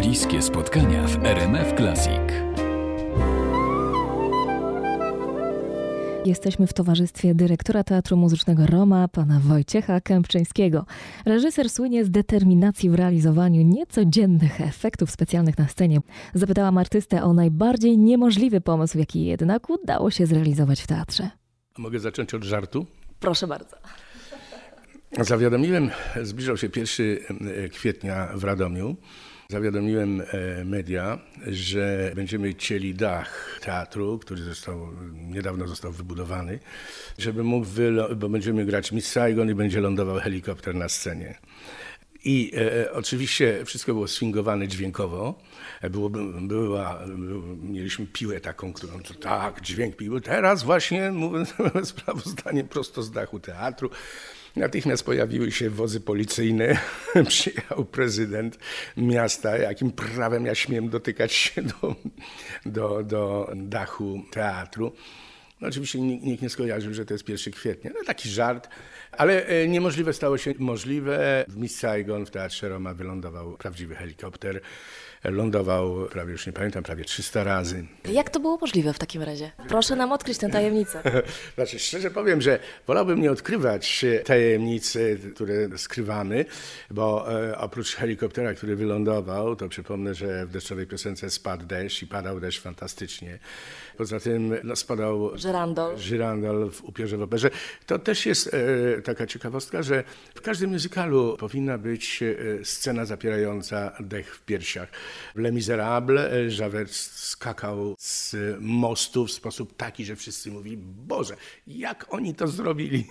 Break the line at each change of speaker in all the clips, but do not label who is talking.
Bliskie spotkania w RMF Classic.
Jesteśmy w towarzystwie dyrektora Teatru Muzycznego Roma, pana Wojciecha Kępczyńskiego. Reżyser słynie z determinacji w realizowaniu niecodziennych efektów specjalnych na scenie. Zapytałam artystę o najbardziej niemożliwy pomysł, jaki jednak udało się zrealizować w teatrze.
Mogę zacząć od żartu?
Proszę bardzo.
Zbliżał się 1 kwietnia w Radomiu. Zawiadomiłem media, że będziemy cieli dach teatru, który niedawno został wybudowany, bo będziemy grać Miss Saigon i będzie lądował helikopter na scenie. I oczywiście wszystko było sfingowane dźwiękowo. Mieliśmy piłę taką, którą dźwięk piły. Teraz właśnie mówię sprawozdanie prosto z dachu teatru. Natychmiast pojawiły się wozy policyjne, przyjechał prezydent miasta, jakim prawem ja śmiem dotykać się do dachu teatru. No oczywiście nikt nie skojarzył, że to jest 1 kwietnia. No taki żart, ale niemożliwe stało się możliwe. W Miss Saigon w Teatrze Roma wylądował prawdziwy helikopter. Lądował prawie 300 razy.
Jak to było możliwe w takim razie? Proszę nam odkryć tę tajemnicę.
Szczerze powiem, że wolałbym nie odkrywać tajemnicy, które skrywamy, bo oprócz helikoptera, który wylądował, to przypomnę, że w deszczowej piosence spadł deszcz i padał deszcz fantastycznie. Poza tym spadał żyrandol w Upiorze w Operze. To też jest taka ciekawostka, że w każdym musicalu powinna być scena zapierająca dech w piersiach. W Les Miserables Javert skakał z mostu w sposób taki, że wszyscy mówili: Boże, jak oni to zrobili?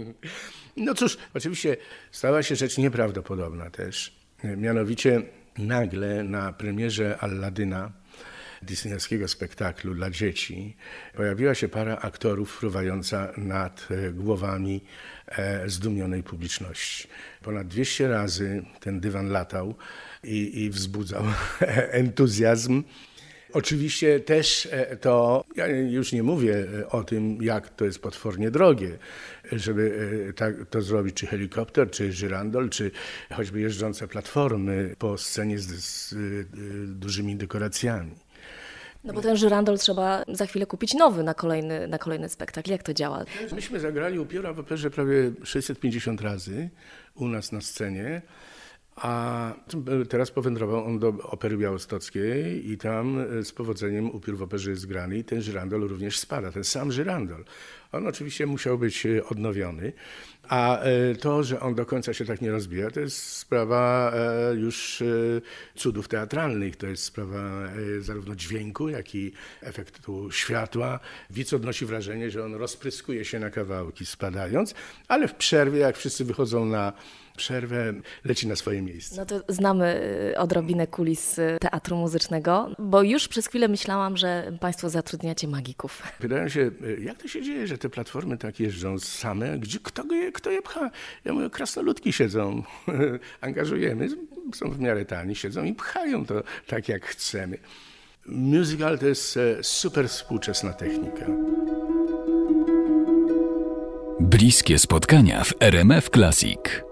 No cóż, oczywiście stała się rzecz nieprawdopodobna też. Mianowicie nagle na premierze Alladyna, disneyowskiego spektaklu dla dzieci, pojawiła się para aktorów fruwająca nad głowami zdumionej publiczności. Ponad 200 razy ten dywan latał i wzbudzał entuzjazm. Oczywiście też ja już nie mówię o tym, jak to jest potwornie drogie, żeby to zrobić, czy helikopter, czy żyrandol, czy choćby jeżdżące platformy po scenie z dużymi dekoracjami.
No bo ten żyrandol trzeba za chwilę kupić nowy na kolejny spektakl. Jak to działa?
Myśmy zagrali Upiora w Operze prawie 650 razy u nas na scenie, a teraz powędrował on do Opery Białostockiej i tam z powodzeniem Upiór w Operze jest grany i ten żyrandol również spada, ten sam żyrandol. On oczywiście musiał być odnowiony, a to, że on do końca się tak nie rozbija, to jest sprawa już cudów teatralnych, to jest sprawa zarówno dźwięku, jak i efektu światła. Widz odnosi wrażenie, że on rozpryskuje się na kawałki spadając, ale w przerwie, jak wszyscy wychodzą na przerwę, leci na swoje miejsce.
No to znamy odrobinę kulis Teatru Muzycznego, bo już przez chwilę myślałam, że państwo zatrudniacie magików.
Pytają się, jak to się dzieje, że te platformy tak jeżdżą same, kto je pcha? Ja mówię, krasnoludki siedzą, angażujemy, są w miarę tani, siedzą i pchają to tak, jak chcemy. Musical to jest super współczesna technika.
Bliskie spotkania w RMF Classic.